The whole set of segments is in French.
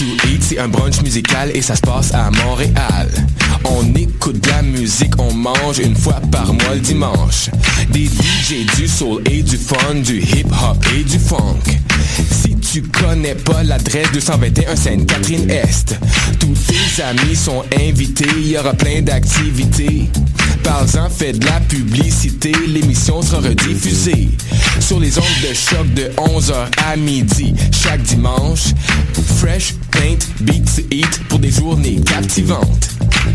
to Eat, c'est un brunch musical et ça se passe à Montréal. On écoute de la musique, on mange une fois par mois le dimanche. Des DJ, du soul et du fun, du hip-hop et du funk. Si tu connais pas l'adresse 221 Sainte-Catherine-Est, tous tes amis sont invités, il y aura plein d'activités. Parle-en, fais de la publicité, l'émission sera rediffusée sur les ondes de choc de 11h à midi chaque dimanche. Fresh, paint, beat to eat pour des journées captivantes.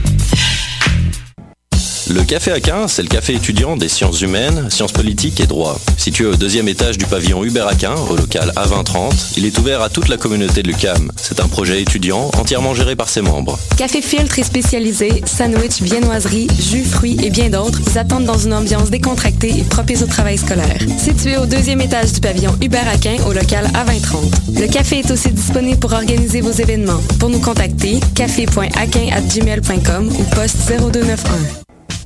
Le Café Aquin, c'est le café étudiant des sciences humaines, sciences politiques et droit. Situé au 2e étage du pavillon Hubert Aquin, au local A2030, il est ouvert à toute la communauté de l'UQAM. C'est un projet étudiant entièrement géré par ses membres. Café filtre et spécialisé, sandwich, viennoiserie, jus, fruits et bien d'autres vous attendent dans une ambiance décontractée et propice au travail scolaire. Situé au 2e étage du pavillon Hubert Aquin, au local A2030. Le café est aussi disponible pour organiser vos événements. Pour nous contacter, café.aquin@gmail.com ou poste 0291.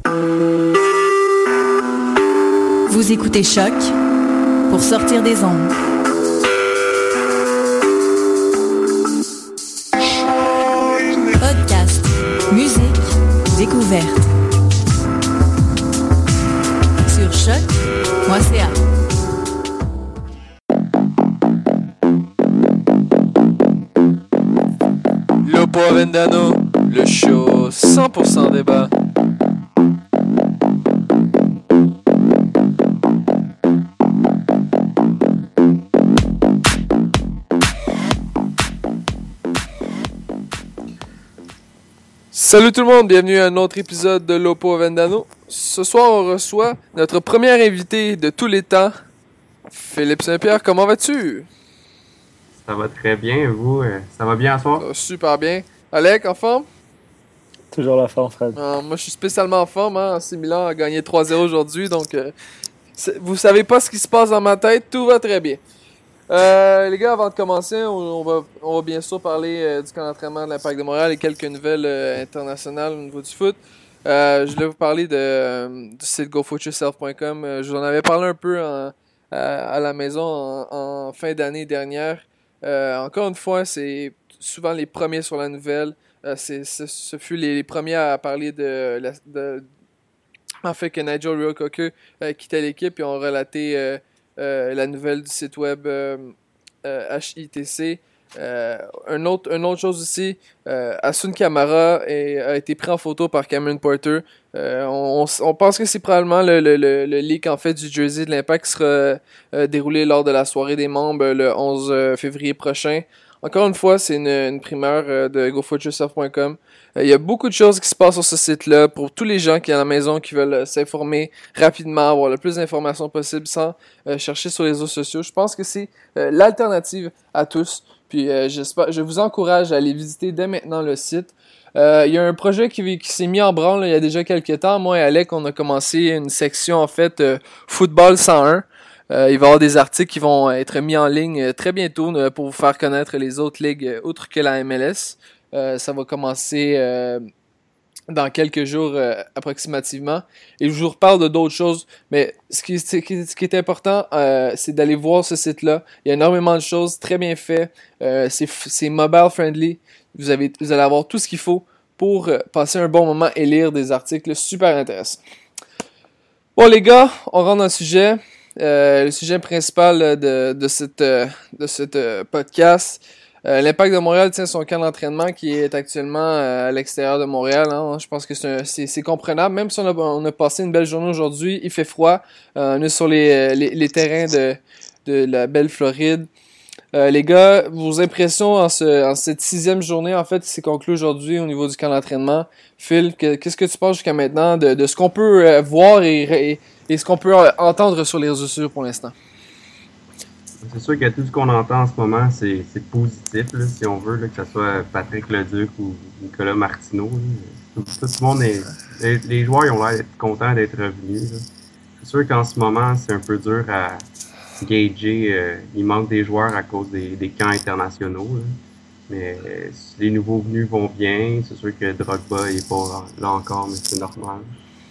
Vous écoutez Choc pour sortir des ondes. Podcast, musique, découverte. Sur choc.ca. Lopo Avendano, le show 100% débat. Salut tout le monde, bienvenue à un autre épisode de Lopo Avendano. Ce soir, on reçoit notre premier invité de tous les temps, Philippe Saint-Pierre. Comment vas-tu? Ça va très bien, vous? Ça va bien à soir? Super bien. Alec, en forme? Toujours la forme, Fred. Moi, je suis spécialement en forme. AC Milan a gagné 3-0 aujourd'hui, donc vous savez pas ce qui se passe dans ma tête, tout va très bien. Les gars, avant de commencer, on va bien sûr parler du camp d'entraînement de l'Impact de Montréal et quelques nouvelles internationales au niveau du foot. Je voulais vous parler du site gofutureself.com. Je vous en avais parlé un peu à la maison en fin d'année dernière. Encore une fois, c'est souvent les premiers sur la nouvelle. Ce fut les premiers à parler en fait que Nigel Reo-Coker quittait l'équipe et ont relaté la nouvelle du site web HITC. Une autre chose aussi, Asun Kamara a été pris en photo par Cameron Porter. On pense que c'est probablement le leak en fait du jersey de l'Impact qui sera déroulé lors de la soirée des membres le 11 février prochain. Encore une fois, c'est une primeur de gofutureself.com. Il y a beaucoup de choses qui se passent sur ce site-là pour tous les gens qui sont à la maison qui veulent s'informer rapidement, avoir le plus d'informations possible sans chercher sur les réseaux sociaux. Je pense que c'est l'alternative à tous. Puis je vous encourage à aller visiter dès maintenant le site. Il y a un projet qui s'est mis en branle là, il y a déjà quelques temps. Moi et Alec, on a commencé une section en fait Football 101. Il va y avoir des articles qui vont être mis en ligne très bientôt pour vous faire connaître les autres ligues autres que la MLS. Ça va commencer dans quelques jours approximativement. Et je vous reparle de d'autres choses. Mais ce qui est important, c'est d'aller voir ce site-là. Il y a énormément de choses très bien faites. C'est mobile friendly. Vous allez avoir tout ce qu'il faut pour passer un bon moment et lire des articles super intéressants. Bon les gars, on rentre dans le sujet. Le sujet principal de cette podcast. L'Impact de Montréal tient son camp d'entraînement qui est actuellement à l'extérieur de Montréal. Hein. Je pense que c'est comprenable. Même si on a passé une belle journée aujourd'hui, il fait froid. On est sur les terrains de la belle Floride. Les gars, vos impressions en cette 6e journée en fait qui s'est conclue aujourd'hui au niveau du camp d'entraînement. Phil, qu'est-ce que tu penses jusqu'à maintenant de ce qu'on peut voir et ce qu'on peut entendre sur les réseaux sociaux pour l'instant? C'est sûr que tout ce qu'on entend en ce moment, c'est positif, là, si on veut, là, que ce soit Patrick Leduc ou Nicolas Martineau. Tout le monde les joueurs ils ont l'air contents d'être revenus. Là. C'est sûr qu'en ce moment, c'est un peu dur à gager. Il manque des joueurs à cause des camps internationaux. Là. Mais les nouveaux venus vont bien. C'est sûr que Drogba n'est pas là encore, mais c'est normal.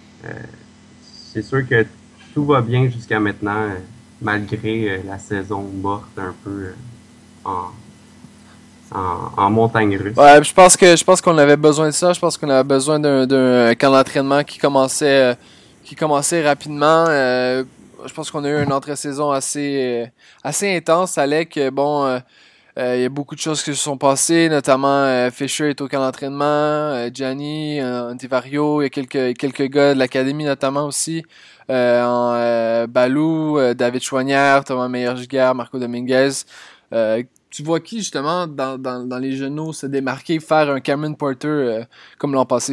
C'est sûr que tout va bien jusqu'à maintenant, malgré la saison morte un peu en montagne russe. Ouais, je pense qu'on avait besoin de ça. Je pense qu'on avait besoin d'un camp d'entraînement qui commençait rapidement. Je pense qu'on a eu une entre-saison assez intense. Alec, bon, il y a beaucoup de choses qui se sont passées, notamment Fisher est au camp d'entraînement, Gianni, Antivario, il y a quelques gars de l'académie notamment aussi. Balou, David Chouanière, Thomas Meyer-Giguère, Marco Dominguez. Tu vois qui, justement, dans les genoux se démarquer, faire un Cameron Porter comme l'an passé?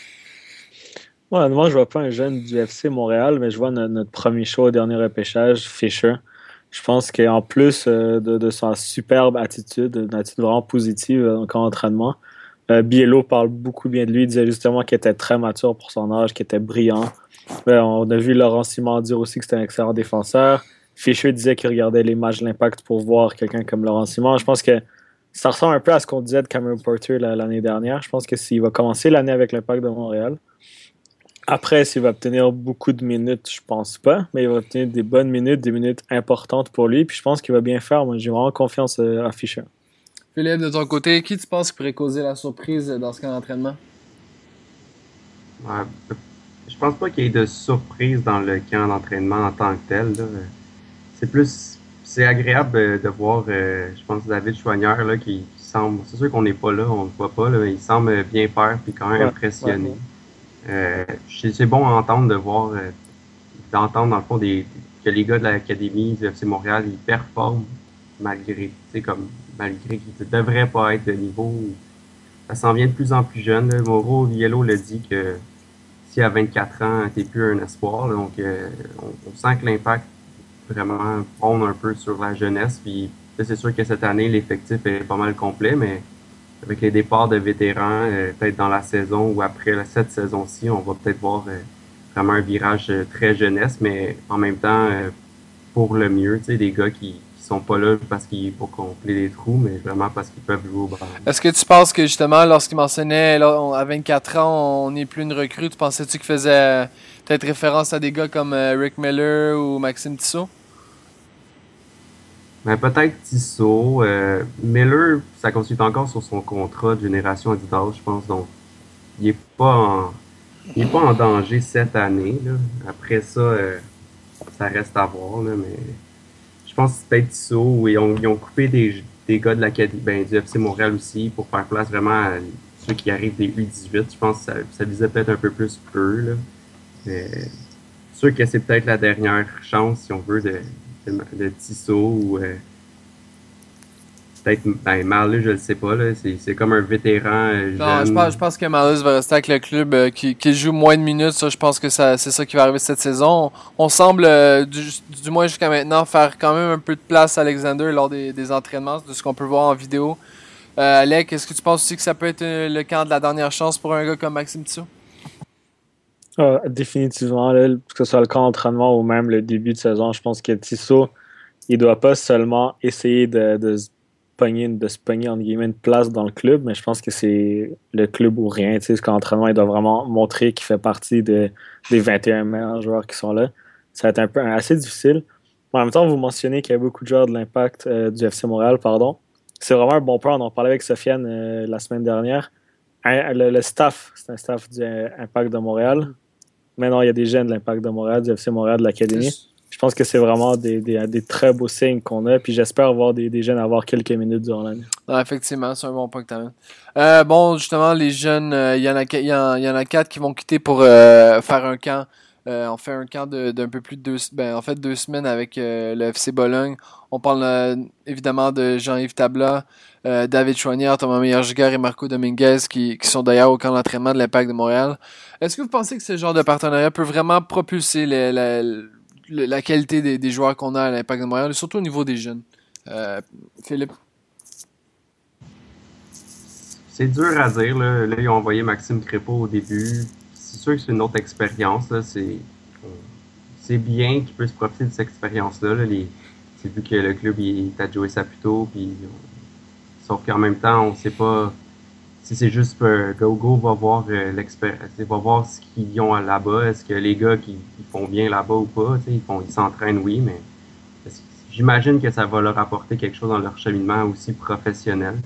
Ouais, moi, je vois pas un jeune du FC Montréal, mais je vois notre premier choix au dernier repêchage, Fisher. Je pense qu'en plus de sa superbe attitude, une attitude vraiment positive en entraînement, Biello parle beaucoup bien de lui. Il disait justement qu'il était très mature pour son âge, qu'il était brillant. On a vu Laurent Simon dire aussi que c'était un excellent défenseur. Fisher disait qu'il regardait les matchs de l'Impact pour voir quelqu'un comme Laurent Simon. Je pense que ça ressemble un peu à ce qu'on disait de Cameron Porter l'année dernière. Je pense que s'il va commencer l'année avec l'Impact de Montréal, après, s'il va obtenir beaucoup de minutes, je pense pas, mais il va obtenir des bonnes minutes, des minutes importantes pour lui, puis je pense qu'il va bien faire. Moi, j'ai vraiment confiance à Fisher. Philippe, de ton côté, qui tu penses qui pourrait causer la surprise dans ce camp d'entraînement? Ouais, je pense pas qu'il y ait de surprise dans le camp d'entraînement en tant que tel, là. C'est agréable de voir, je pense, David Chouanière là, qui semble, c'est sûr qu'on n'est pas là, on ne le voit pas, là, mais il semble bien faire puis quand même impressionné. C'est bon à entendre d'entendre dans le fond que les gars de l'académie du FC Montréal ils performent malgré qu'ils ne devraient pas être de niveau. Ça s'en vient de plus en plus jeune. Là. Mauro Biello l'a dit que si à 24 ans, t'es plus un espoir. Là, donc on sent que l'Impact vraiment prône un peu sur la jeunesse. Puis c'est sûr que cette année, l'effectif est pas mal complet, mais avec les départs de vétérans, peut-être dans la saison ou après cette saison-ci, on va peut-être voir vraiment un virage très jeunesse, mais en même temps, pour le mieux, tu sais, des gars qui sont pas là parce qu'il faut combler des trous, mais vraiment parce qu'ils peuvent jouer au ballon. Est-ce que tu penses que justement, lorsqu'il mentionnait à 24 ans, on n'est plus une recrue, tu pensais-tu qu'il faisait peut-être référence à des gars comme Rick Miller ou Maxime Tissot? Ben, peut-être Tissot. Miller, ça continue encore sur son contrat de génération Adidas, je pense. Donc, il est pas en danger cette année. Là. Après ça, ça reste à voir. Là, mais je pense que c'est peut-être Tissot où ils ont coupé des gars de l'académie, du FC Montréal aussi pour faire place vraiment à ceux qui arrivent des U18. Je pense que ça visait peut-être un peu plus eux. Là. Mais c'est sûr que c'est peut-être la dernière chance, si on veut, de Tissot ou peut-être Marley, je le sais pas là, c'est comme un vétéran jeune. Non, je pense que Marley va rester avec le club qui joue moins de minutes. Ça, je pense que c'est ça qui va arriver cette saison. On semble du moins jusqu'à maintenant faire quand même un peu de place à Alexander lors des entraînements, de ce qu'on peut voir en vidéo. Alec, est-ce que tu penses aussi que ça peut être le camp de la dernière chance pour un gars comme Maxime Tissot? Définitivement, là, que ce soit le camp d'entraînement ou même le début de saison, je pense que Tissot, il doit pas seulement essayer de se pogner entre guillemets une place dans le club, mais je pense que c'est le club ou rien. Tu sais, ce camp d'entraînement, il doit vraiment montrer qu'il fait partie des 21 meilleurs joueurs qui sont là. Ça va être un peu assez difficile. En même temps, vous mentionnez qu'il y a beaucoup de joueurs de l'Impact du FC Montréal, pardon. C'est vraiment un bon point. On en parlait avec Sofiane la semaine dernière. Le staff, c'est un staff du Impact de Montréal. Maintenant, il y a des jeunes de l'Impact de Montréal, du FC Montréal, de l'Académie. Je pense que c'est vraiment des très beaux signes qu'on a. Puis j'espère voir des jeunes avoir quelques minutes durant l'année. Non, effectivement, c'est un bon point que tu amènes. Bon, justement, les jeunes, il y en a 4 qui vont quitter pour faire un camp. On fait un camp d'un peu plus de 2 semaines avec le FC Bologne. On parle évidemment de Jean-Yves Tabla, David Chouanière, Thomas Meyer-Giguère et Marco Dominguez qui sont d'ailleurs au camp d'entraînement de l'Impact de Montréal. Est-ce que vous pensez que ce genre de partenariat peut vraiment propulser la qualité des joueurs qu'on a à l'Impact de Montréal, surtout au niveau des jeunes? Philippe? C'est dur à dire. Là, ils ont envoyé Maxime Crépeau au début. C'est sûr que c'est une autre expérience. Là. C'est bien qu'il puisse profiter de cette expérience-là. Là. C'est vu que le club il est à Joey Saputo. Sauf qu'en même temps, on ne sait pas si c'est juste Go va voir l'expérience, va voir ce qu'ils ont là-bas. Est-ce que les gars qui font bien là-bas ou pas, ils s'entraînent, oui, mais j'imagine que ça va leur apporter quelque chose dans leur cheminement aussi professionnel.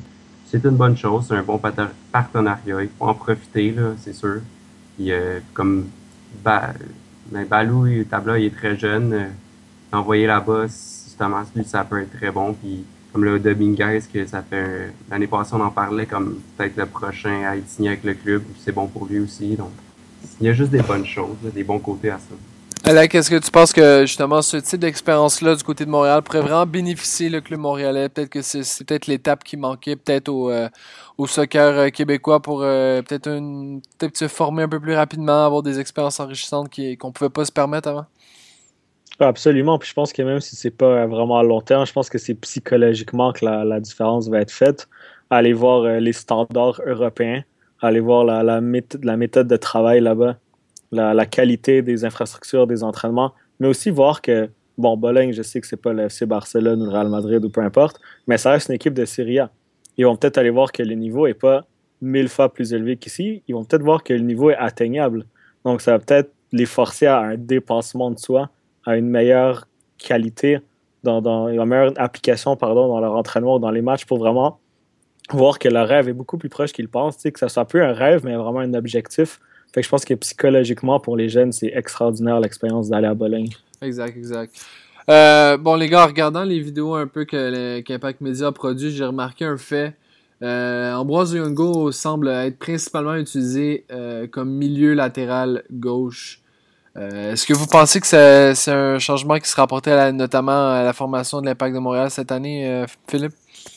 c'est une bonne chose, c'est un bon partenariat. Il faut en profiter, là, c'est sûr. Puis, comme Balou, Tabla, il est très jeune. L'envoyer là-bas, justement, lui, ça peut être très bon. Puis, comme le Dominguez, que ça fait l'année passée, on en parlait comme peut-être le prochain à être signé avec le club. C'est bon pour lui aussi. Donc, il y a juste des bonnes choses, là, des bons côtés à ça. Alec, est-ce que tu penses que justement ce type d'expérience-là du côté de Montréal pourrait vraiment bénéficier le club montréalais? Peut-être que c'est peut-être l'étape qui manquait peut-être au soccer québécois pour peut-être se former un peu plus rapidement, avoir des expériences enrichissantes qu'on pouvait pas se permettre avant? Absolument. Puis je pense que même si c'est pas vraiment à long terme, je pense que c'est psychologiquement que la différence va être faite. Aller voir les standards européens, aller voir la méthode de travail là-bas, la qualité des infrastructures, des entraînements, mais aussi voir que, bon, Bologne, je sais que c'est pas le FC Barcelone ou le Real Madrid ou peu importe, mais ça reste une équipe de Serie A. Ils vont peut-être aller voir que le niveau est pas 1000 fois plus élevé qu'ici. Ils vont peut-être voir que le niveau est atteignable. Donc, ça va peut-être les forcer à un dépassement de soi, à une meilleure qualité, une meilleure application, pardon, dans leur entraînement ou dans les matchs pour vraiment voir que leur rêve est beaucoup plus proche qu'ils pensent, que ça soit plus un rêve, mais vraiment un objectif. Fait que je pense que psychologiquement, pour les jeunes, c'est extraordinaire l'expérience d'aller à Bologne. Exact. Bon, les gars, en regardant les vidéos un peu qu'Impact Media a produit, j'ai remarqué un fait. Ambroise Oyongo semble être principalement utilisé comme milieu latéral gauche. Est-ce que vous pensez que c'est un changement qui sera apporté notamment à la formation de l'Impact de Montréal cette année, Philippe?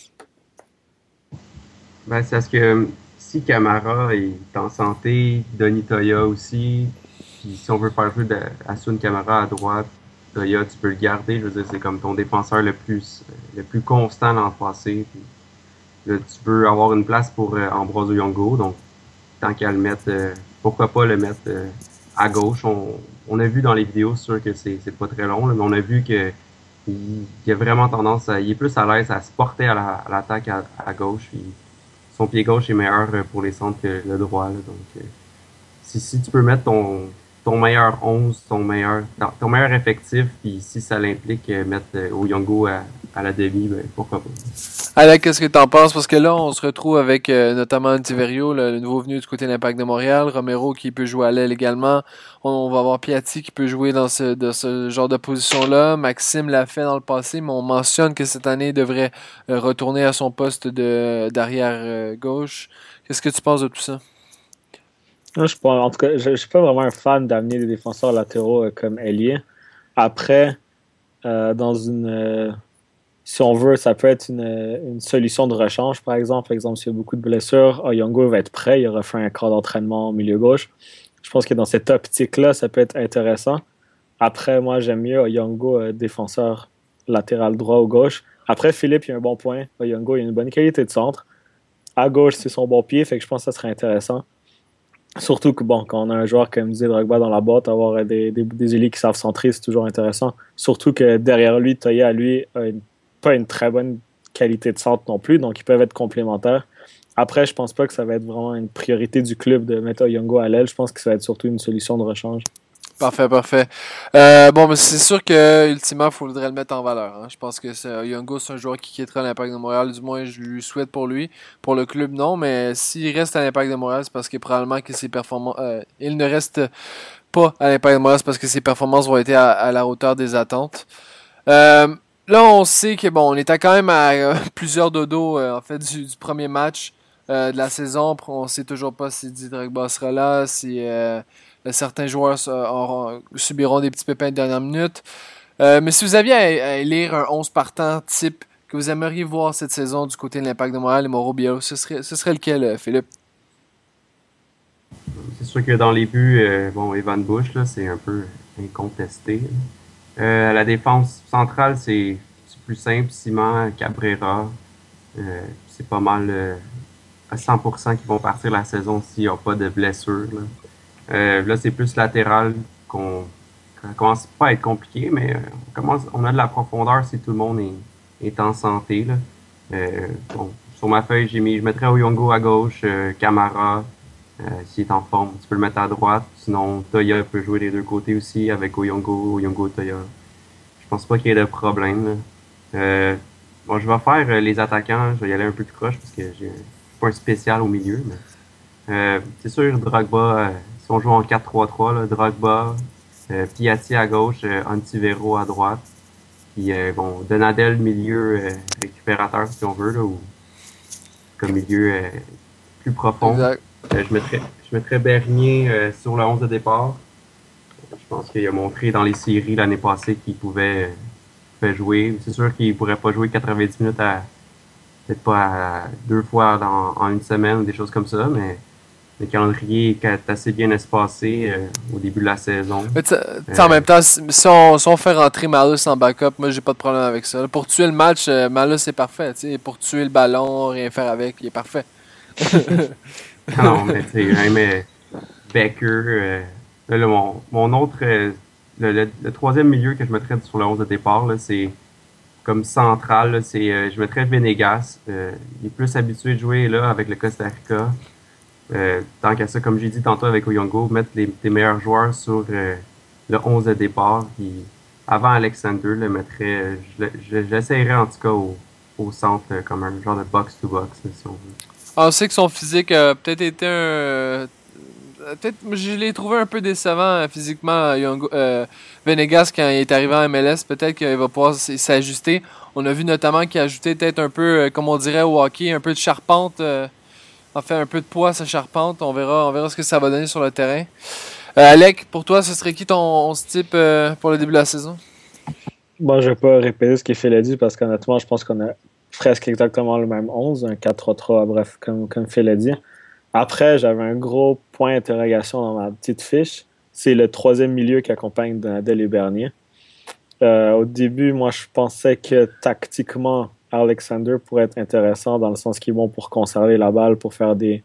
Ben, c'est parce que si Camara est en santé, Donny Toya aussi, puis si on veut faire jouer Asun Camara à droite, Toya, tu peux le garder. Je veux dire, c'est comme ton défenseur le plus constant l'an passé. Puis là, tu veux avoir une place pour Ambroise Oyongo, donc tant qu'à le mettre, pourquoi pas le mettre à gauche. On a vu dans les vidéos, c'est sûr que c'est pas très long, là, mais on a vu que il a vraiment tendance il est plus à l'aise à se porter à l'attaque à gauche. Puis son pied gauche est meilleur pour les centres que le droit. Là, donc, si tu peux mettre ton meilleur 11, ton meilleur effectif, puis si ça l'implique mettre Oyongo à la demi, ben pourquoi pas. Alec, qu'est-ce que tu en penses? Parce que là, on se retrouve avec notamment Tiverio, le nouveau venu du côté de l'Impact de Montréal, Romero qui peut jouer à l'aile également. On va avoir Piatti qui peut jouer dans ce genre de position-là. Maxime l'a fait dans le passé, mais on mentionne que cette année, il devrait retourner à son poste d'arrière gauche. Qu'est-ce que tu penses de tout ça? En tout cas, je suis pas vraiment un fan d'amener des défenseurs latéraux comme ailier. Après, si on veut, ça peut être une solution de rechange, par exemple. Par exemple, s'il y a beaucoup de blessures, Oyongo va être prêt, il aura fait un camp d'entraînement au milieu gauche. Je pense que dans cette optique-là, ça peut être intéressant. Après, moi, j'aime mieux Oyongo, défenseur latéral droit ou gauche. Après, Philippe, il a un bon point. Oyongo, il a une bonne qualité de centre. À gauche, c'est son bon pied, fait que je pense que ça serait intéressant. Surtout que, bon, quand on a un joueur comme disait Drogba dans la boîte, avoir des ailiers qui savent centrer, c'est toujours intéressant. Surtout que derrière lui, Toya, lui, a pas une très bonne qualité de centre non plus, donc ils peuvent être complémentaires. Après, je pense pas que ça va être vraiment une priorité du club de mettre Oyongo à l'aile. Je pense que ça va être surtout une solution de rechange. Parfait. Bon, mais c'est sûr que ultimement, il faudrait le mettre en valeur. Hein. Je pense que Oyongo, c'est un joueur qui quittera l'Impact de Montréal. Du moins, je lui souhaite pour lui. Pour le club, non. Mais s'il reste à l'Impact de Montréal, c'est parce que probablement que ses performances... il ne reste pas à l'Impact de Montréal, c'est parce que ses performances vont être à la hauteur des attentes. Là, on sait que bon, on était quand même à plusieurs dodos en fait du premier match de la saison. On sait toujours pas si Didier Drogba sera là, si certains joueurs subiront des petits pépins de dernière minute. Mais si vous aviez à élire un 11 partant type que vous aimeriez voir cette saison du côté de l'Impact de Montréal et Mauro Biello, ce serait lequel, Philippe? C'est sûr que dans les buts, Evan Bush, là, c'est un peu incontesté. À la défense centrale, c'est plus simple. Simon, Cabrera, c'est pas mal à 100% qui vont partir la saison s'il n'y a pas de blessure. Là, c'est plus latéral qu'on commence pas à être compliqué, mais on a de la profondeur si tout le monde est en santé. Là. Sur ma feuille, je mettrais Oyongo à gauche, Camara, s'il est en forme, tu peux le mettre à droite. Sinon, Toya peut jouer des deux côtés aussi avec Oyongo, Toya. Je pense pas qu'il y ait de problème. Bon, je vais faire les attaquants. Je vais y aller un peu plus proche parce que j'ai pas un spécial au milieu. Mais, c'est sûr, Drogba, si on joue en 4-3-3, là, Drogba, Piatti à gauche, Antivero à droite. Puis, bon, Donadel, milieu récupérateur, si on veut, là, ou comme milieu plus profond. Exact. Je mettrais Bernier sur le 11 de départ. Je pense qu'il a montré dans les séries l'année passée qu'il pouvait jouer. C'est sûr qu'il pourrait pas jouer 90 minutes peut-être pas deux fois en une semaine ou des choses comme ça, mais le calendrier est assez bien espacé au début de la saison. Mais en même temps, si on fait rentrer Malus en backup, moi j'ai pas de problème avec ça. Pour tuer le match, Malus c'est parfait. Pour tuer le ballon, rien faire avec, il est parfait. Non, mais tu sais, mais Becker, là, mon autre, le troisième milieu que je mettrais sur le 11 de départ, là, c'est comme central, là, je mettrais Venegas. Il est plus habitué de jouer là avec le Costa Rica. Tant qu'à ça, comme j'ai dit tantôt avec Oyongo, mettre tes meilleurs joueurs sur le 11 de départ. Puis avant Alexander, le mettrais, j'essayerais en tout cas au centre comme un genre de box-to-box, si on veut. On sait que son physique a peut-être été peut-être, je l'ai trouvé un peu décevant physiquement, Venegas, quand il est arrivé en MLS. Peut-être qu'il va pouvoir s'ajuster. On a vu notamment qu'il a ajouté peut-être un peu, comme on dirait au hockey, un peu de charpente. En fait, un peu de poids à sa charpente. On verra ce que ça va donner sur le terrain. Alec, pour toi, ce serait qui ton 11 type pour le début de la saison? Bon, je vais pas répéter ce que Phil a dit parce qu'honnêtement, je pense qu'on a presque exactement le même 11, un 4-3-3, bref, comme Phil a dit. Après, j'avais un gros point d'interrogation dans ma petite fiche. C'est le troisième milieu qui accompagne Donadel et Bernier. Au début, moi, je pensais que tactiquement, Alexander pourrait être intéressant dans le sens qu'il est bon pour conserver la balle, pour faire des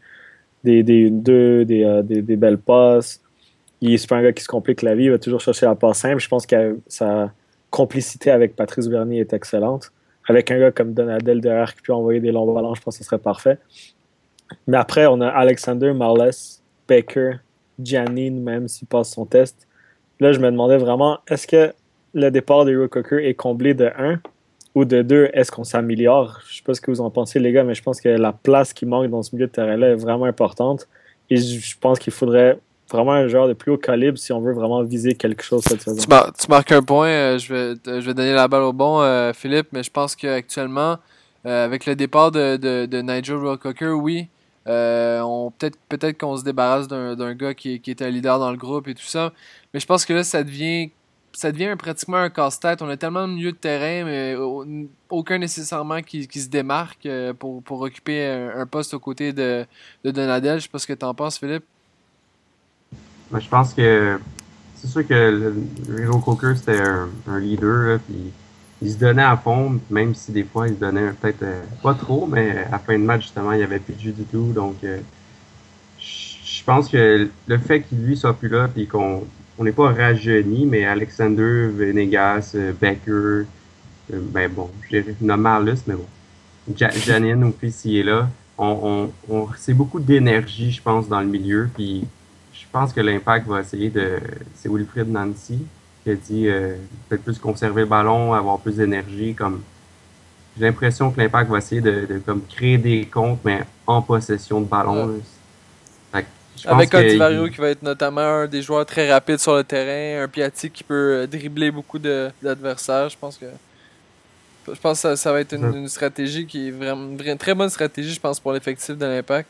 belles passes. C'est pas un gars qui se complique la vie, il va toujours chercher la passe simple. Je pense que sa complicité avec Patrice Bernier est excellente. Avec un gars comme Donadel derrière qui peut envoyer des longs ballons, je pense que ce serait parfait. Mais après, on a Alexander, Marles, Baker, Janine, même s'il passe son test. Là, je me demandais vraiment, est-ce que le départ de Hero Coker est comblé de 1 ou de 2, est-ce qu'on s'améliore? Je ne sais pas ce que vous en pensez, les gars, mais je pense que la place qui manque dans ce milieu de terrain-là est vraiment importante. Et je pense qu'il faudrait vraiment un joueur de plus haut calibre si on veut vraiment viser quelque chose cette saison. Tu marques un point. Je vais donner la balle au bon, Philippe, mais je pense qu'actuellement, avec le départ de Nigel Rockocker, oui, peut-être qu'on se débarrasse d'un gars qui est un leader dans le groupe et tout ça. Mais je pense que là, ça devient pratiquement un casse-tête. On a tellement de milieux de terrain, mais aucun nécessairement qui se démarque pour occuper un poste aux côtés de Donadel. Je sais pas ce que tu en penses, Philippe. Ben, je pense que c'est sûr que Hero Coker, c'était un leader, là, puis il se donnait à fond, même si des fois il se donnait peut-être pas trop, mais à la fin de match, justement, il n'y avait plus de jus du tout. Donc, je pense que le fait qu'il lui soit plus là, puis qu'on n'est pas rajeuni, mais Alexander, Venegas, Becker, ben bon, j'ai nommé Marlus, mais bon, Janine aussi, s'il est là, c'est beaucoup d'énergie, je pense, dans le milieu, puis je pense que l'Impact va essayer c'est Wilfried Nancy qui a dit peut-être plus conserver le ballon, avoir plus d'énergie. Comme j'ai l'impression que l'Impact va essayer de comme créer des comptes, mais en possession de ballon. Ouais. Avec Antivario qui va être notamment un des joueurs très rapides sur le terrain, un Piatti qui peut dribbler beaucoup d'adversaires. Je pense que ça va être une stratégie qui est vraiment une très bonne stratégie, je pense, pour l'effectif de l'Impact.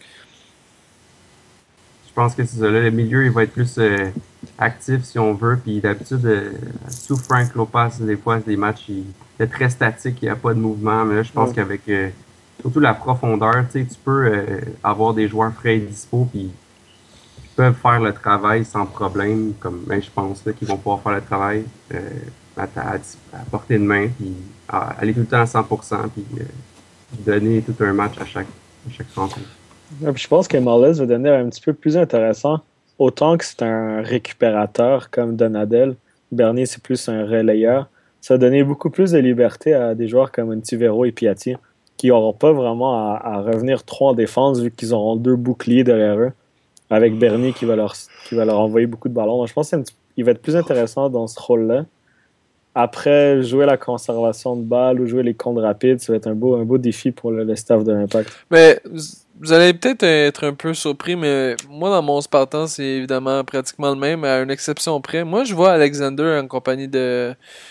Je pense que c'est ça. Là, le milieu, il va être plus actif si on veut. Puis d'habitude, sous Frank Lopez, des fois, c'est des matchs, il est très statique, il n'y a pas de mouvement. Mais là, je pense qu'avec surtout la profondeur, tu peux avoir des joueurs frais et dispo, puis ils peuvent faire le travail sans problème. Comme je pense qu'ils vont pouvoir faire le travail à portée de main, puis aller tout le temps à 100%, puis donner tout un match à chaque rencontre. Je pense que Marles va devenir un petit peu plus intéressant. Autant que c'est un récupérateur comme Donadel, Bernier c'est plus un relayeur. Ça va donner beaucoup plus de liberté à des joueurs comme Antivero et Piatti qui n'auront pas vraiment à revenir trop en défense vu qu'ils auront deux boucliers derrière eux avec Bernier qui va leur envoyer beaucoup de ballons. Donc, je pense qu'il va être plus intéressant dans ce rôle-là. après, jouer la conservation de balles ou jouer les comptes rapides, ça va être un beau défi pour le staff de l'Impact. Mais vous allez peut-être être un peu surpris, mais moi, dans mon Spartan, c'est évidemment pratiquement le même, à une exception près. Moi, je vois Alexander en compagnie de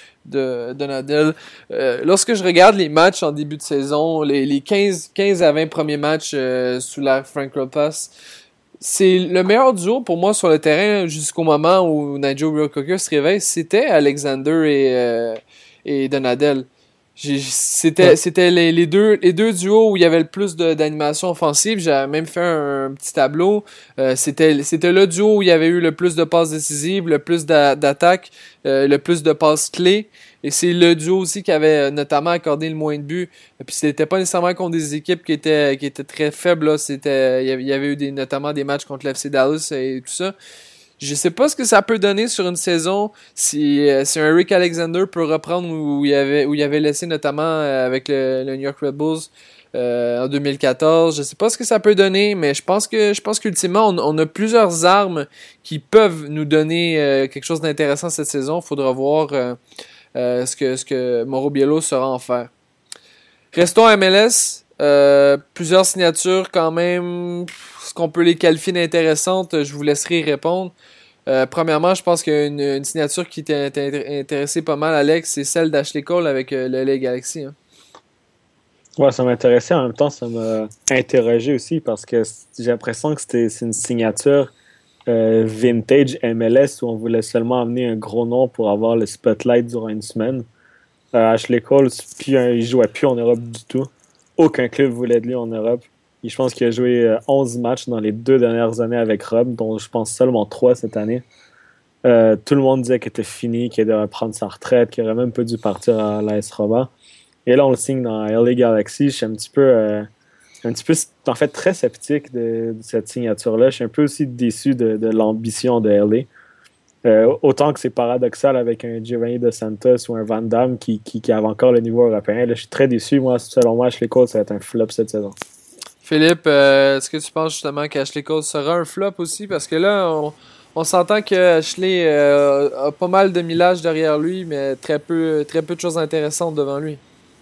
Nadal. Lorsque je regarde les matchs en début de saison, les 15 à 20 premiers matchs sous l'ère Frank Roupas, c'est le meilleur duo pour moi sur le terrain jusqu'au moment où Nigel Reo-Coker se réveille. C'était Alexander et Donadel. C'était les deux duos où il y avait le plus d'animation offensive. J'avais même fait un petit tableau. C'était le duo où il y avait eu le plus de passes décisives, le plus d'attaques, le plus de passes clés. Et c'est le duo aussi qui avait notamment accordé le moins de buts. Et puis c'était pas nécessairement contre des équipes qui étaient très faibles. Là. Il y avait eu notamment des matchs contre l'FC Dallas et tout ça. Je sais pas ce que ça peut donner sur une saison si un Rick Alexander peut reprendre où il avait laissé notamment avec le New York Red Bulls en 2014. Je sais pas ce que ça peut donner, mais je pense qu'ultimement on a plusieurs armes qui peuvent nous donner quelque chose d'intéressant cette saison. Faudra voir ce que Mauro Biello saura en faire. Restons à MLS. Plusieurs signatures quand même. Est-ce qu'on peut les qualifier d'intéressantes? Je vous laisserai y répondre. Premièrement, je pense qu'il y a une signature qui t'a intéressé pas mal, Alex, c'est celle d'Ashley Cole avec le LA Galaxy. Hein. Ouais, ça m'intéressait. En même temps, ça m'a interrogé aussi parce que j'ai l'impression que c'est une signature vintage MLS où on voulait seulement amener un gros nom pour avoir le spotlight durant une semaine. Ashley Cole, il jouait plus en Europe du tout. Aucun club voulait de lui en Europe. Et je pense qu'il a joué 11 matchs dans les 2 dernières années avec Rome, dont je pense seulement 3 cette année. Tout le monde disait qu'il était fini, qu'il devrait prendre sa retraite, qu'il aurait même pas dû partir à l'AS Roma. Et là, on le signe dans LA Galaxy. Je suis un petit peu en fait, très sceptique de cette signature-là. Je suis un peu aussi déçu de l'ambition de LA. Autant que c'est paradoxal avec un Giovanni Dos Santos ou un Van Damme qui avait encore le niveau européen. Là, je suis très déçu. Moi, selon moi, Ashley Cole, ça va être un flop cette saison. Philippe, est-ce que tu penses justement qu'Ashley Cole sera un flop aussi? Parce que là, on s'entend que Ashley a pas mal de millage derrière lui, mais très peu de choses intéressantes devant lui.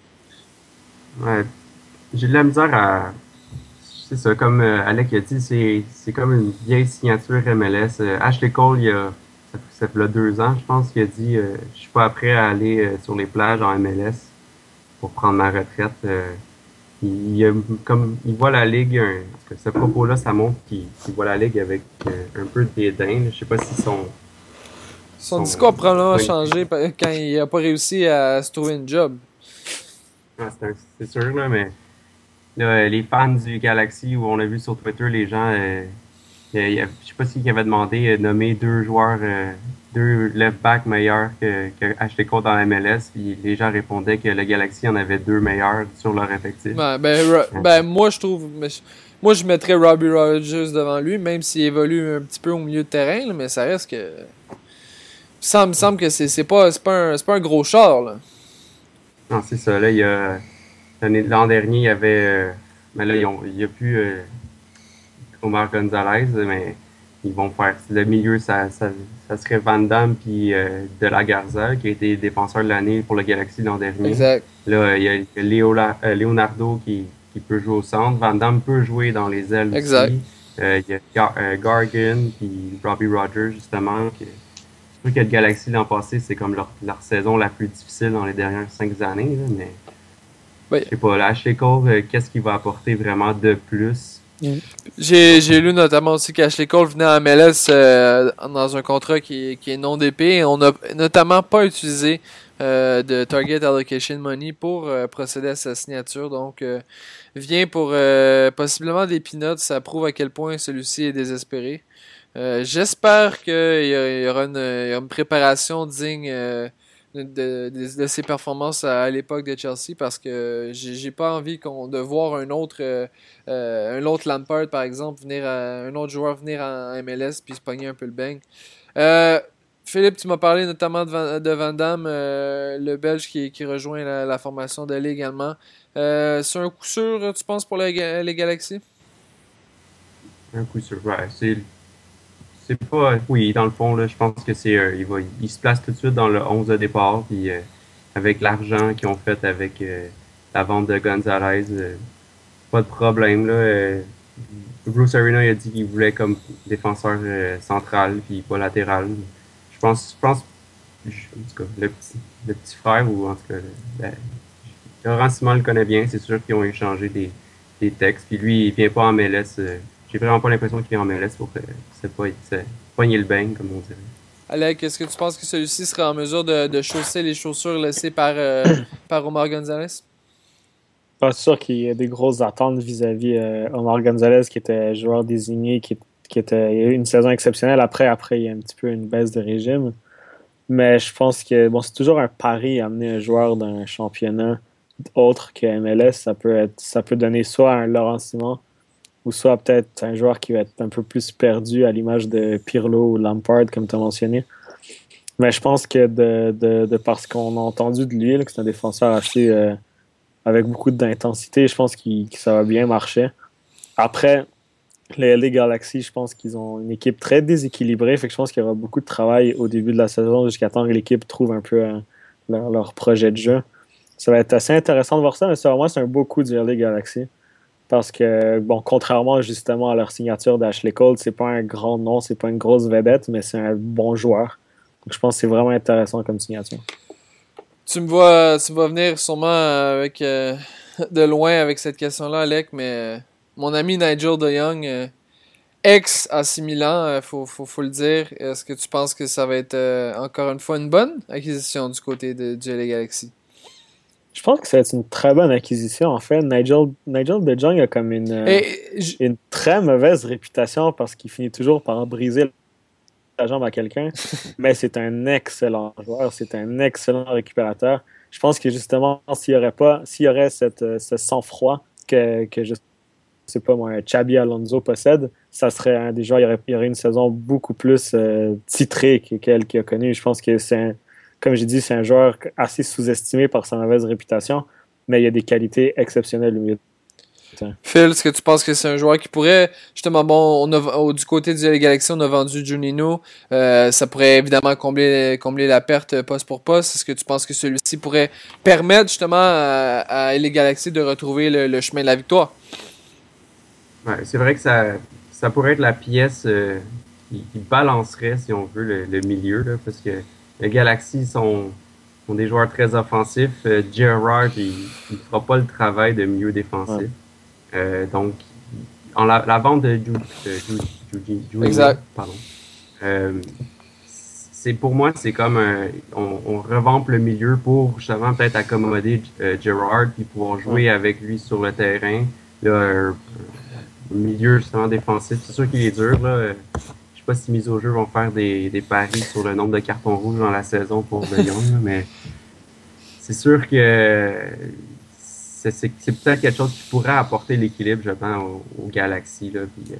Ouais, j'ai de la misère à... C'est ça, comme Alec a dit, c'est comme une vieille signature MLS. Ashley Cole, ça fait 2 ans, je pense, qu'il a dit je suis pas prêt à aller sur les plages en MLS pour prendre ma retraite. Il voit la Ligue, parce que ce propos-là, ça montre qu'il voit la Ligue avec un peu de dédain. Je sais pas si son discours a probablement changé quand il a pas réussi à se trouver une job. Ah, c'est sûr, là, mais là, les fans du Galaxy, où on a vu sur Twitter, les gens, je sais pas s'ils avaient demandé nommer 2 joueurs, 2 left-back meilleurs que Ashley Cole dans la MLS, puis les gens répondaient que le Galaxy en avait 2 meilleurs sur leur effectif. Moi, je mettrais Robbie Rogers devant lui, même s'il évolue un petit peu au milieu de terrain, là, mais ça reste que... Ça me semble que c'est pas un gros char, là. Non, c'est ça. Là, l'an dernier, il y avait... mais là, il n'y a plus Omar Gonzalez, mais ils vont faire... Le milieu, ça serait Van Damme puis De La Garza, qui a été défenseur de l'année pour le Galaxy l'an dernier. Exact. Là, il y a Leonardo qui peut jouer au centre. Van Damme peut jouer dans les ailes exact. aussi. Il y a Gargan puis Robbie Rogers, justement. Je trouve que le Galaxy l'an passé, c'est comme leur saison la plus difficile dans les dernières 5 années. Là, mais je sais pas, là, Ashley Cole, qu'est-ce qu'il va apporter vraiment de plus? J'ai lu notamment aussi qu'Ashley Cole venait à MLS dans un contrat qui est non DP. On n'a notamment pas utilisé de Target Allocation Money pour procéder à sa signature. Donc, vient pour possiblement des peanuts. Ça prouve à quel point celui-ci est désespéré. J'espère qu'il y aura une préparation digne de ses performances à l'époque de Chelsea, parce que j'ai pas envie de voir un autre Lampard, par exemple, un autre joueur venir en MLS puis se pogner un peu le bang. Philippe, tu m'as parlé notamment de Van Damme, le Belge qui rejoint la formation de Ligue également. C'est un coup sûr, tu penses, pour les Galaxy? Un coup sûr, ouais. c'est pas... Oui, dans le fond, là, je pense que c'est... il se place tout de suite dans le 11 de départ, puis avec l'argent qu'ils ont fait avec la vente de Gonzalez, pas de problème, là. Bruce Arena, il a dit qu'il voulait comme défenseur central, puis pas latéral. Je pense, en tout cas, le petit frère, ou en tout cas, Laurent Simon le connaît bien, c'est sûr qu'ils ont échangé des textes, puis lui, il vient pas en MLS. J'ai vraiment pas l'impression qu'il vient en MLS pour pogner le bang, comme on dirait. Alec, est-ce que tu penses que celui-ci sera en mesure de chausser les chaussures laissées par Omar Gonzalez? Pas sûr qu'il y ait des grosses attentes vis-à-vis Omar Gonzalez, qui était joueur désigné, qui était, il y a eu une saison exceptionnelle. Après, il y a un petit peu une baisse de régime. Mais je pense que c'est toujours un pari amener un joueur d'un championnat autre que MLS. Ça peut donner soit un Laurent Simon, ou soit peut-être un joueur qui va être un peu plus perdu à l'image de Pirlo ou Lampard, comme tu as mentionné. Mais je pense que de parce qu'on a entendu de lui, là, que c'est un défenseur assez avec beaucoup d'intensité, je pense que ça va bien marcher. Après, les LA Galaxy, je pense qu'ils ont une équipe très déséquilibrée, fait que je pense qu'il y aura beaucoup de travail au début de la saison jusqu'à temps que l'équipe trouve un peu leur projet de jeu. Ça va être assez intéressant de voir ça, mais selon moi, c'est un beau coup du LA Galaxy. Parce que, contrairement justement à leur signature d'Ashley Cole, c'est pas un grand nom, c'est pas une grosse vedette, mais c'est un bon joueur. Donc je pense que c'est vraiment intéressant comme signature. Tu vas venir sûrement avec de loin avec cette question-là, Alec, mais mon ami Nigel de Jong, ex AC Milan, faut le dire. Est-ce que tu penses que ça va être encore une fois une bonne acquisition du côté du LA Galaxy? Je pense que ça va être une très bonne acquisition. En fait, Nigel de Jong a comme une très mauvaise réputation parce qu'il finit toujours par briser la jambe à quelqu'un. Mais c'est un excellent joueur, c'est un excellent récupérateur. Je pense que justement, s'il y aurait ce sang-froid que je sais pas moi, Xabi Alonso possède, ça serait un des joueurs, il y aurait une saison beaucoup plus titrée qu'elle qu'il a connue. Je pense que comme j'ai dit, c'est un joueur assez sous-estimé par sa mauvaise réputation, mais il a des qualités exceptionnelles au milieu. Phil, est-ce que tu penses que c'est un joueur qui pourrait, justement, du côté du LA Galaxy, on a vendu Juninho, ça pourrait évidemment combler la perte poste pour poste. Est-ce que tu penses que celui-ci pourrait permettre justement à LA Galaxy de retrouver le chemin de la victoire? Ouais, c'est vrai que ça pourrait être la pièce qui balancerait, si on veut, le milieu, là, parce que les Galaxy sont des joueurs très offensifs. Gerrard, il ne fera pas le travail de milieu défensif. Ouais. Donc, la vente de Juninho, exact. Pardon. Pour moi, c'est comme on revampe le milieu pour justement peut-être accommoder Gerrard puis pouvoir jouer avec lui sur le terrain. Là, un milieu justement défensif. C'est sûr qu'il est dur, là. Je sais pas si Mise au jeu vont faire des paris sur le nombre de cartons rouges dans la saison pour De Jong, mais c'est sûr que c'est peut-être quelque chose qui pourrait apporter l'équilibre, je pense, aux Galaxy, là, puis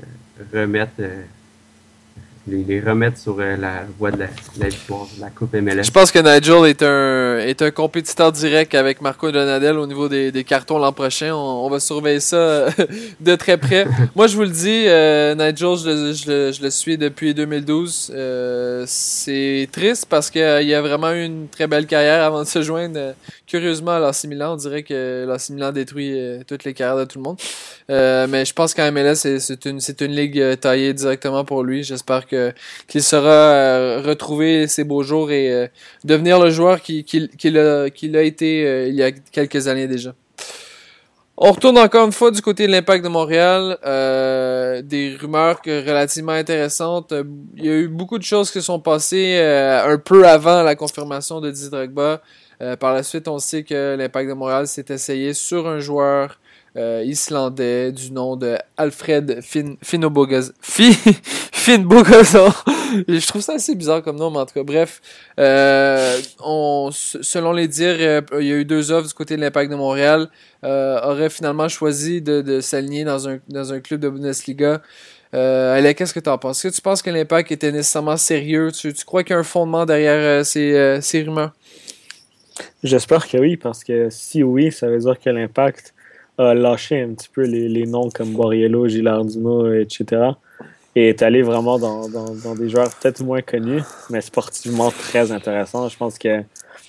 les remettre sur la voie de la victoire de la Coupe MLS. Je pense que Nigel est un compétiteur direct avec Marco Donadel au niveau des cartons l'an prochain. On va surveiller ça de très près. Moi, je vous le dis, Nigel, je le suis depuis 2012. C'est triste parce qu'il a vraiment eu une très belle carrière avant de se joindre curieusement à l'AC Milan. On dirait que l'AC Milan détruit toutes les carrières de tout le monde. Mais je pense qu'en MLS, c'est une ligue taillée directement pour lui. J'espère qu'il saura retrouver ses beaux jours et devenir le joueur qu'il a été il y a quelques années déjà. On retourne encore une fois du côté de l'Impact de Montréal. Des rumeurs relativement intéressantes. Il y a eu beaucoup de choses qui sont passées un peu avant la confirmation de Didier Drogba. Par la suite, on sait que l'Impact de Montréal s'est essayé sur un joueur islandais du nom de Alfred Finnbogason. Je trouve ça assez bizarre comme nom, mais en tout cas, bref. Selon les dires, il y a eu 2 offres du côté de l'Impact de Montréal. Aurait finalement choisi de s'aligner dans un club de Bundesliga. Alec, qu'est-ce que tu en penses? Est-ce que tu penses que l'Impact était nécessairement sérieux? Tu crois qu'il y a un fondement derrière ces rumeurs? J'espère que oui, parce que si oui, ça veut dire que l'Impact a lâché un petit peu les noms comme Borriello, Gilardino, etc. et est allé vraiment dans des joueurs peut-être moins connus, mais sportivement très intéressants. Je pense que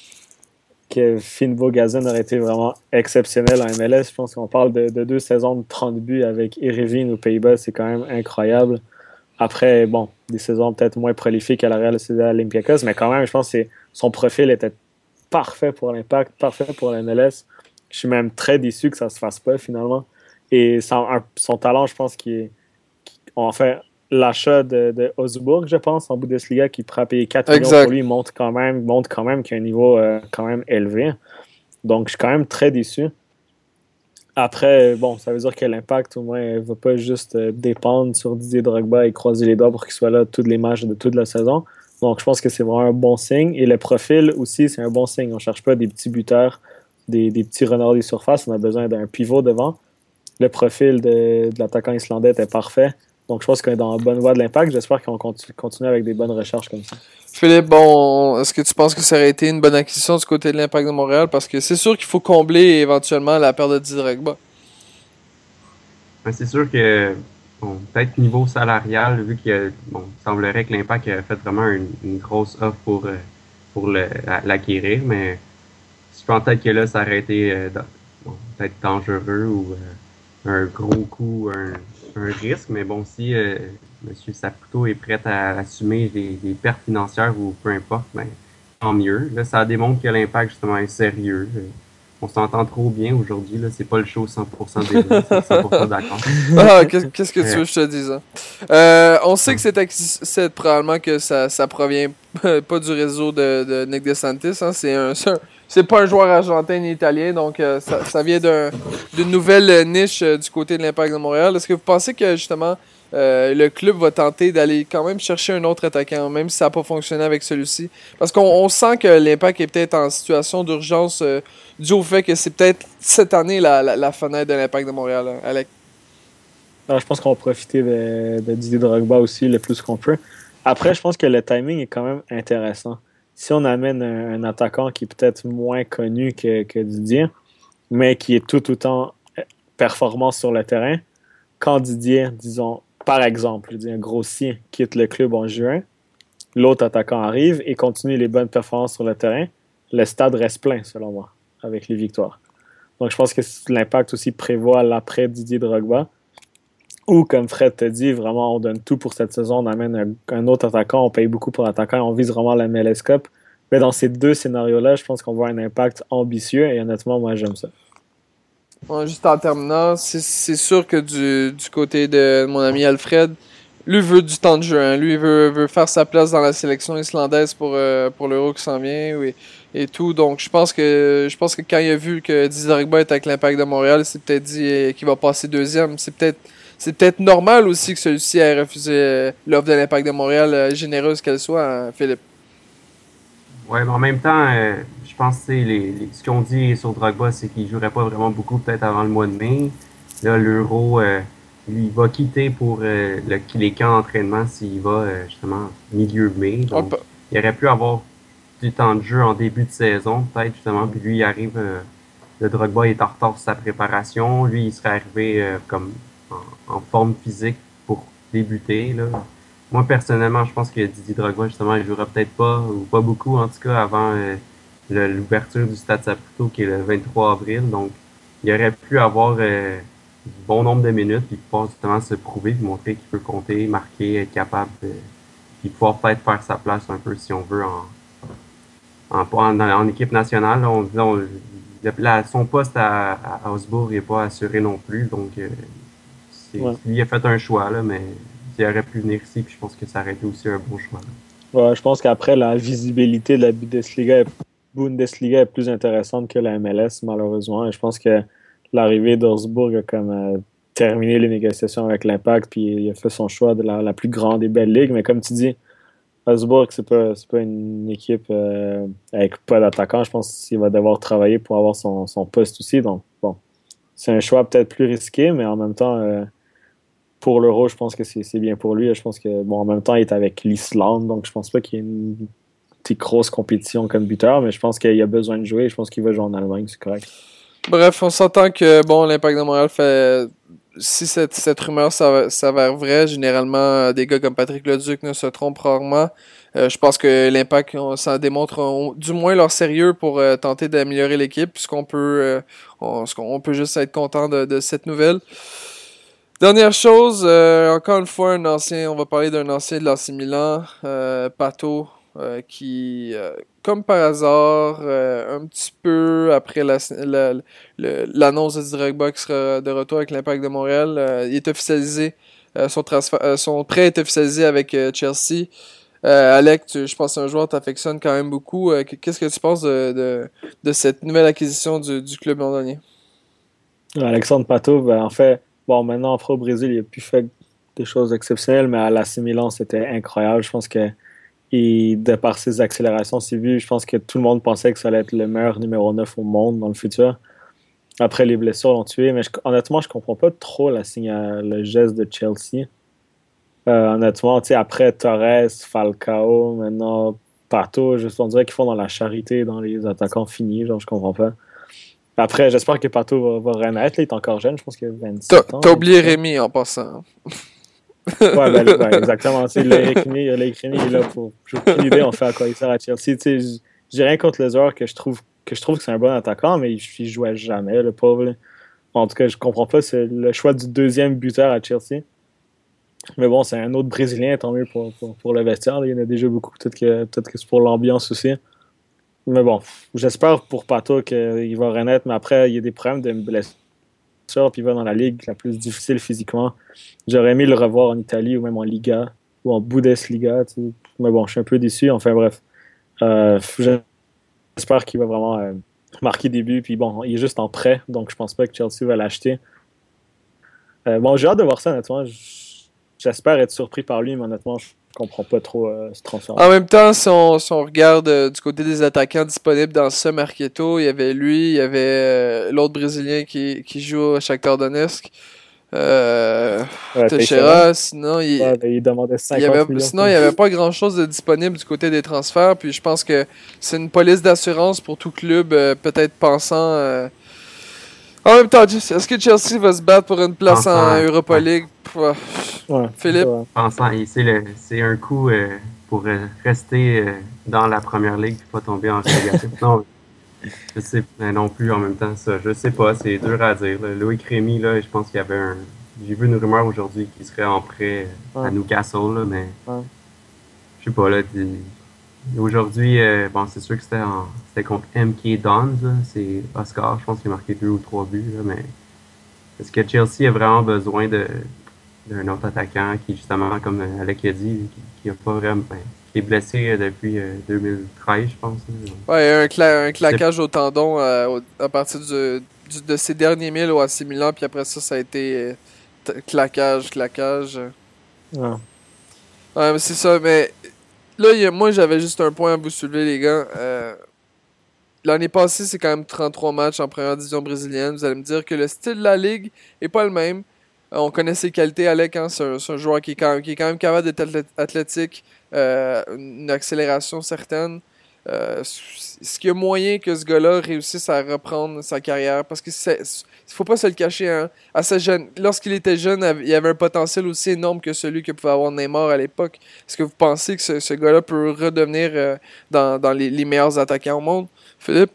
Finn Bogason aurait été vraiment exceptionnel en MLS. Je pense qu'on parle de 2 saisons de 30 buts avec Erevin aux Pays-Bas, c'est quand même incroyable. Après, bon, des saisons peut-être moins prolifiques à la Real Sociedad Olympiacos, mais quand même, je pense que son profil était parfait pour l'Impact, parfait pour la MLS. Je suis même très déçu que ça se fasse pas finalement. Et son talent, je pense en fait, l'achat de Augsburg, je pense, en Bundesliga, qui pourra payer 4 millions pour lui, montre quand même qu'il y a un niveau quand même élevé. Donc, je suis quand même très déçu. Après, bon, ça veut dire que l'Impact, au moins, ne va pas juste dépendre sur Didier Drogba et croiser les doigts pour qu'il soit là tous les matchs de toute la saison. Donc, je pense que c'est vraiment un bon signe. Et le profil aussi, c'est un bon signe. On ne cherche pas des petits buteurs, des petits renards des surfaces. On a besoin d'un pivot devant. Le profil de l'attaquant islandais était parfait. Donc, je pense qu'on est dans la bonne voie de l'Impact. J'espère qu'on continue avec des bonnes recherches comme ça. Philippe, bon, est-ce que tu penses que ça aurait été une bonne acquisition du côté de l'Impact de Montréal? Parce que c'est sûr qu'il faut combler éventuellement la perte de Didier Drogba. C'est sûr que, bon, peut-être niveau salarial, vu qu'il semblerait que l'Impact a fait vraiment une grosse offre pour l'acquérir, mais je pense peut-être que là, ça aurait été peut-être dangereux ou un gros coup, un risque, mais bon, si M. Saputo est prêt à assumer des pertes financières ou peu importe, ben, tant mieux. Là, ça démontre que l'Impact, justement, est sérieux. On s'entend trop bien aujourd'hui, là, c'est pas le show 100% des deux, c'est 100% d'accord. Ah, qu'est-ce que tu veux que je te dise, hein? On sait que c'est probablement que ça provient pas du réseau de Nick DeSantis, hein, c'est pas un joueur argentin ni italien, donc ça vient d'une nouvelle niche du côté de l'Impact de Montréal. Est-ce que vous pensez que justement le club va tenter d'aller quand même chercher un autre attaquant, même si ça n'a pas fonctionné avec celui-ci? Parce qu'on sent que l'Impact est peut-être en situation d'urgence dû au fait que c'est peut-être cette année la fenêtre de l'Impact de Montréal, hein, Alec. Alors, je pense qu'on va profiter de Didier Drogba aussi le plus qu'on peut. Après, je pense que le timing est quand même intéressant. Si on amène un attaquant qui est peut-être moins connu que Didier, mais qui est tout autant performant sur le terrain, quand Didier, disons, par exemple, un grossier quitte le club en juin, l'autre attaquant arrive et continue les bonnes performances sur le terrain, le stade reste plein, selon moi, avec les victoires. Donc, je pense que l'Impact aussi prévoit l'après Didier Drogba, ou, comme Fred te dit, vraiment, on donne tout pour cette saison, on amène un autre attaquant, on paye beaucoup pour l'attaquant, on vise vraiment la MLS Cup. Mais dans ces deux scénarios-là, je pense qu'on voit un impact ambitieux et honnêtement, moi, j'aime ça. Ouais, juste en terminant, c'est sûr que du côté de mon ami Alfred, lui veut du temps de jeu. Hein. Lui veut faire sa place dans la sélection islandaise pour l'Euro qui s'en vient et tout. Donc, je pense que quand il a vu que Didier Drogba est avec l'Impact de Montréal, il s'est peut-être dit qu'il va passer deuxième. C'est peut-être normal aussi que celui-ci ait refusé l'offre de l'Impact de Montréal, généreuse qu'elle soit, hein, Philippe. Ouais, mais en même temps, je pense que ce qu'on dit sur Drogba, c'est qu'il ne jouerait pas vraiment beaucoup peut-être avant le mois de mai. Là, l'Euro, lui, il va quitter pour les camps d'entraînement s'il va justement milieu mai. Donc, il aurait pu avoir du temps de jeu en début de saison, peut-être justement. Puis lui, il arrive, le Drogba est en retard sur sa préparation. Lui, il serait arrivé comme en forme physique pour débuter, là. Moi, personnellement, je pense que Didier Drogba, justement, il jouera peut-être pas, ou pas beaucoup, en tout cas, avant l'ouverture du Stade Saputo, qui est le 23 avril. Donc, il aurait pu avoir bon nombre de minutes, puis pouvoir justement se prouver, puis montrer qu'il peut compter, marquer, être capable, puis pouvoir peut-être faire sa place un peu, si on veut, en équipe nationale. Son poste à Augsburg n'est pas assuré non plus, donc lui a fait un choix, là, mais il aurait pu venir ici, puis je pense que ça aurait été aussi un bon choix. Ouais, je pense qu'après, la visibilité de la Bundesliga est plus intéressante que la MLS, malheureusement. Et je pense que l'arrivée d'Augsburg a comme terminé les négociations avec l'Impact, puis il a fait son choix de la plus grande et belle ligue. Mais comme tu dis, Augsburg, c'est pas une équipe avec pas d'attaquant. Je pense qu'il va devoir travailler pour avoir son poste aussi. Donc, bon, c'est un choix peut-être plus risqué, mais en même temps, pour l'Euro, je pense que c'est bien pour lui. Je pense que, bon, en même temps, il est avec l'Islande, donc je pense pas qu'il y ait une petite grosse compétition comme buteur, mais je pense qu'il a besoin de jouer. Je pense qu'il va jouer en Allemagne, c'est correct. Bref, on s'entend que, bon, l'Impact de Montréal fait si cette rumeur s'avère vraie, généralement, des gars comme Patrick Leduc ne se trompent rarement. Je pense que l'Impact, ça démontre du moins leur sérieux pour tenter d'améliorer l'équipe, puisqu'on peut, on peut juste être content de cette nouvelle. Dernière chose, encore une fois, on va parler d'un ancien de l'AC Milan, Pato, qui, comme par hasard, un petit peu après l'annonce de Drogba qui sera de retour avec l'Impact de Montréal, il est officialisé, son prêt est officialisé avec Chelsea. Alec, je pense que c'est un joueur que tu affectionnes quand même beaucoup. Qu'est-ce que tu penses de cette nouvelle acquisition du club londonien? Alexandre Pato, en fait, maintenant, après au Brésil, il a plus fait des choses exceptionnelles, mais à l'AC Milan, c'était incroyable. Je pense que, de par ses accélérations, je pense que tout le monde pensait que ça allait être le meilleur numéro 9 au monde dans le futur. Après, les blessures l'ont tué, mais honnêtement, je comprends pas trop le geste de Chelsea. Honnêtement, après Torres, Falcao, maintenant Pato, on dirait qu'ils font dans la charité, dans les attaquants finis, je comprends pas. Après, j'espère que Pato va renaître, il est encore jeune, je pense qu'il a 27 ans. T'as oublié Rémi en passant. ouais, exactement. L'Éric Rémi est là pour... J'ai aucune idée, on fait à quoi il sert à Chelsea. J'ai rien contre les joueurs que je trouve que c'est un bon attaquant, mais il jouait jamais, le pauvre. Là. En tout cas, je comprends pas, c'est le choix du deuxième buteur à Chelsea. Mais bon, c'est un autre Brésilien, tant mieux pour le vestiaire. Là. Il y en a déjà beaucoup. Peut-être que c'est pour l'ambiance aussi. Mais bon, j'espère pour Pato qu'il va renaître. Mais après, il y a des problèmes de blessure. Puis il va dans la ligue la plus difficile physiquement. J'aurais aimé le revoir en Italie ou même en Liga ou en Bundesliga. Tu sais. Mais bon, je suis un peu déçu. Enfin bref. J'espère qu'il va vraiment marquer des buts. Puis bon, il est juste en prêt. Donc je pense pas que Chelsea va l'acheter. J'ai hâte de voir ça, honnêtement. J'espère être surpris par lui, mais honnêtement, je comprends pas trop ce transfert. En même temps, si on regarde du côté des attaquants disponibles dans ce mercato, il y avait lui, il y avait l'autre Brésilien qui joue à Shakhtar Donetsk, Teixeira. Sinon, il demandait 50 millions. Sinon, il n'y avait pas grand-chose de disponible du côté des transferts. Puis je pense que c'est une police d'assurance pour tout club, peut-être pensant... En même temps, est-ce que Chelsea va se battre pour une place en Europa League? Philippe? C'est un coup pour rester dans la première ligue et pas tomber en relégation. Non, je sais non plus en même temps ça. Je sais pas, c'est dur à dire. Là. Loïc Rémy, là, je pense qu'il y avait j'ai vu une rumeur aujourd'hui qu'il serait en prêt à Newcastle, là, mais je sais pas, là, aujourd'hui, c'est sûr que c'était contre MK Dons, c'est Oscar, je pense qu'il a marqué 2 ou 3 buts, là, mais est-ce que Chelsea a vraiment besoin d'un autre attaquant qui, justement, comme Alec a dit, qui a pas vraiment, qui est blessé depuis 2013, je pense. Ouais, un claquage au tendon à partir de ses derniers milles au AC Milan, puis après ça a été claquage. Ouais, mais c'est ça, mais là, moi, j'avais juste un point à vous soulever, les gars. L'année passée, c'est quand même 33 matchs en première division brésilienne. Vous allez me dire que le style de la ligue est pas le même. On connaît ses qualités, Alec. Hein, c'est un joueur qui est quand même capable d'être athlétique, une accélération certaine. Est-ce qu'il y a moyen que ce gars-là réussisse à reprendre sa carrière? Parce que faut pas se le cacher. Hein. Assez jeune, lorsqu'il était jeune, il avait un potentiel aussi énorme que celui que pouvait avoir Neymar à l'époque. Est-ce que vous pensez que ce gars-là peut redevenir dans les meilleurs attaquants au monde? Philippe?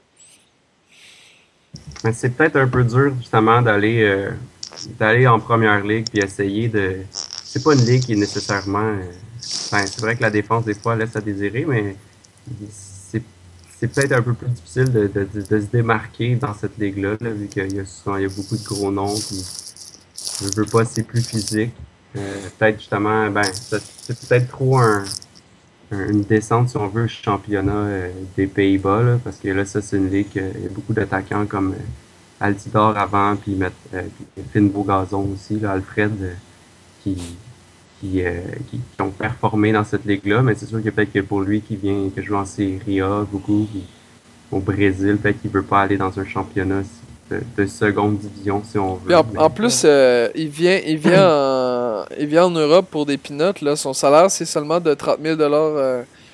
Mais c'est peut-être un peu dur, justement, d'aller en première ligue puis essayer de... C'est pas une ligue qui est nécessairement... c'est vrai que la défense, des fois, laisse à désirer, mais c'est peut-être un peu plus difficile de se démarquer dans cette ligue-là, là, vu qu'il y a beaucoup de gros noms, puis je veux pas, c'est plus physique. Peut-être, justement, c'est peut-être trop une descente, si on veut, championnat des Pays-Bas, là, parce que là, ça, c'est une ligue, il y a beaucoup d'attaquants comme Altidore avant, puis Finn Beaugazon aussi, là, Alfred, qui ont performé dans cette ligue-là, mais c'est sûr que peut-être que pour lui qui joue en Serie A beaucoup, puis au Brésil, peut-être qu'il veut pas aller dans un championnat de seconde division, si on veut. En plus, il vient en Europe pour des peanuts, là. Son salaire, c'est seulement de 30 000 $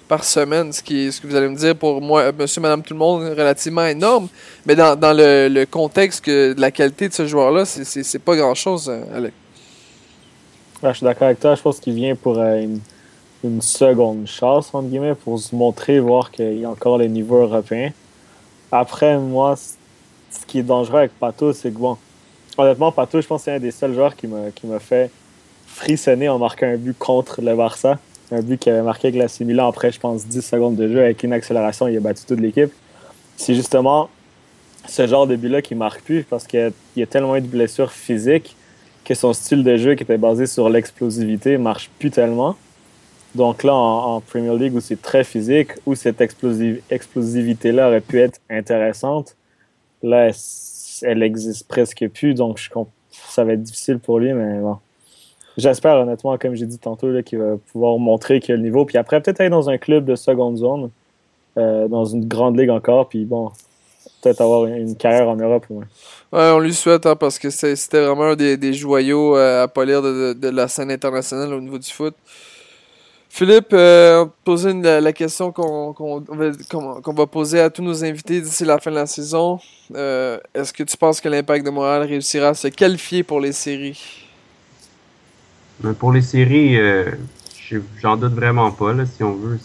par semaine, ce que vous allez me dire pour moi, monsieur, madame, tout le monde, relativement énorme. Mais dans le contexte de la qualité de ce joueur-là, c'est pas grand-chose, Alec. Ouais, je suis d'accord avec toi. Je pense qu'il vient pour une seconde chance, entre guillemets, pour se montrer, voir qu'il y a encore le niveau européen. Après, moi, ce qui est dangereux avec Pato, c'est que, bon, honnêtement, Pato, je pense que c'est un des seuls joueurs qui m'a fait frissonner en marquant un but contre le Barça. Un but qu'il avait marqué avec l'AC Milan après, je pense, 10 secondes de jeu. Avec une accélération, il a battu toute l'équipe. C'est justement ce genre de but-là qui ne marque plus parce qu'il y a tellement eu de blessures physiques que son style de jeu qui était basé sur l'explosivité ne marche plus tellement. Donc là, en Premier League, où c'est très physique, où cette explosivité-là aurait pu être intéressante, là, elle n'existe presque plus. Donc, ça va être difficile pour lui, mais bon. J'espère, honnêtement, comme j'ai dit tantôt, là, qu'il va pouvoir montrer qu'il a le niveau. Puis après, peut-être aller dans un club de seconde zone, dans une grande ligue encore, puis bon, peut-être avoir une carrière en Europe. Ouais, on lui souhaite, hein, parce que c'était vraiment un des joyaux à polir de la scène internationale au niveau du foot. Philippe, poser la question qu'on va poser à tous nos invités d'ici la fin de la saison. Est-ce que tu penses que l'Impact de Montréal réussira à se qualifier pour les séries? Mais pour les séries, j'en doute vraiment pas, là, si on veut.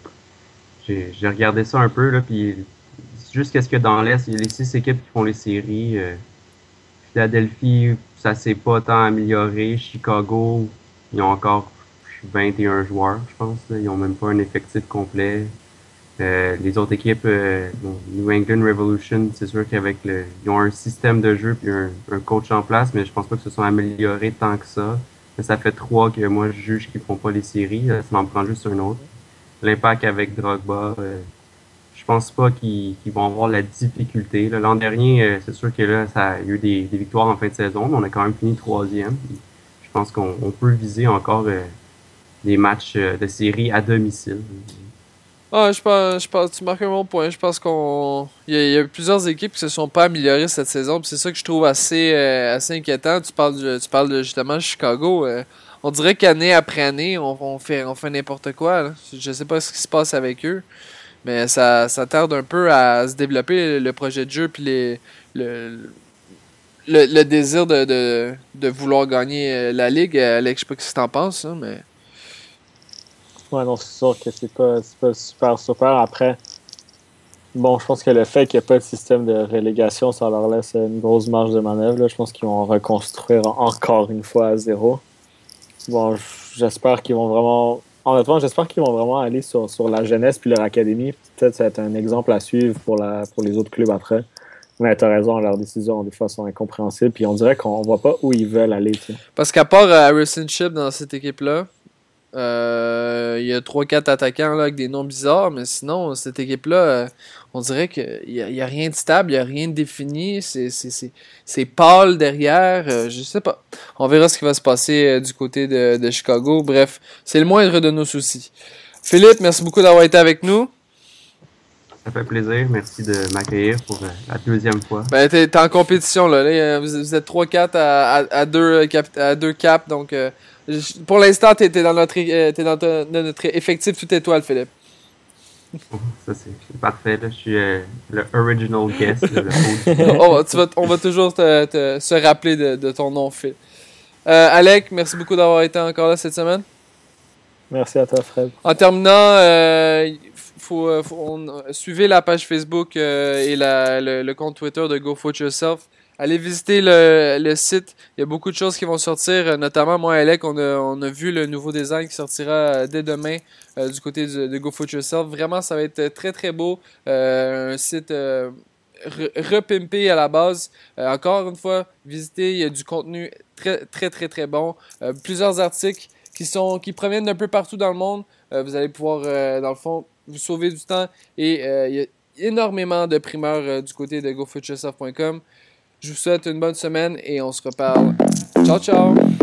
J'ai regardé ça un peu, là, puis jusqu'à ce que dans l'Est, il y a les 6 équipes qui font les séries. Philadelphie, ça s'est pas tant amélioré. Chicago, ils ont encore 21 joueurs, je pense. Là. Ils n'ont même pas un effectif complet. Les autres équipes, New England Revolution, c'est sûr qu'avec ils ont un système de jeu puis un coach en place, mais je pense pas que se sont améliorés tant que ça. Mais ça fait 3 que moi je juge qu'ils font pas les séries. Ça m'en prend juste un autre. L'Impact avec Drogba, je pense pas qu'ils vont avoir la difficulté. Là. L'an dernier, c'est sûr que là, il y a eu des victoires en fin de saison, mais on a quand même fini 3e. Je pense qu'on peut viser encore des matchs de série à domicile. Je pense, tu marques un bon point. Je pense il y a plusieurs équipes qui se sont pas améliorées cette saison. C'est ça que je trouve assez inquiétant. Tu parles de justement Chicago. On dirait qu'année après année, on fait n'importe quoi. Là. Je sais pas ce qui se passe avec eux, mais ça tarde un peu à se développer le projet de jeu puis le désir de vouloir gagner la ligue. Alex, je sais pas ce que t'en penses, hein, mais. Ouais, non, c'est sûr que c'est pas super. Après, bon, je pense que le fait qu'il n'y ait pas de système de relégation, ça leur laisse une grosse marge de manœuvre. Là. Je pense qu'ils vont reconstruire encore une fois à zéro. Bon, j'espère qu'ils vont vraiment... Honnêtement, j'espère qu'ils vont vraiment aller sur la jeunesse puis leur académie. Peut-être ça va être un exemple à suivre pour les autres clubs après. Mais t'as raison, leurs décisions, des fois, sont incompréhensibles. Puis on dirait qu'on voit pas où ils veulent aller. T'sais. Parce qu'à part Harrison Shipp dans cette équipe-là, il y a 3-4 attaquants là, avec des noms bizarres, mais sinon, cette équipe-là, on dirait qu'il n'y a rien de stable, il n'y a rien de défini, c'est pâle derrière, je sais pas. On verra ce qui va se passer du côté de Chicago. Bref, c'est le moindre de nos soucis. Philippe, merci beaucoup d'avoir été avec nous. Ça fait plaisir, merci de m'accueillir pour la 2e fois. Ben, t'es en compétition, là. Vous êtes 3-4 à 2 caps, donc... pour l'instant, t'es dans notre effectif toute étoile, Philippe. Ça, c'est parfait. Là. Je suis le original guest. On va toujours se rappeler de ton nom, Phil. Alec, merci beaucoup d'avoir été encore là cette semaine. Merci à toi, Fred. En terminant, suivez la page Facebook et le compte Twitter de Go Foot Yourself. Allez visiter le site. Il y a beaucoup de choses qui vont sortir. Notamment, moi et Alec, on a vu le nouveau design qui sortira dès demain du côté de Go Foot Yourself. Vraiment, ça va être très, très beau. Un site repimpé à la base. Encore une fois, visitez. Il y a du contenu très, très, très, très bon. Plusieurs articles qui proviennent d'un peu partout dans le monde. Vous allez pouvoir, dans le fond, vous sauver du temps. Et il y a énormément de primeurs du côté de GoFootYourself.com. Je vous souhaite une bonne semaine et on se reparle. Ciao, ciao!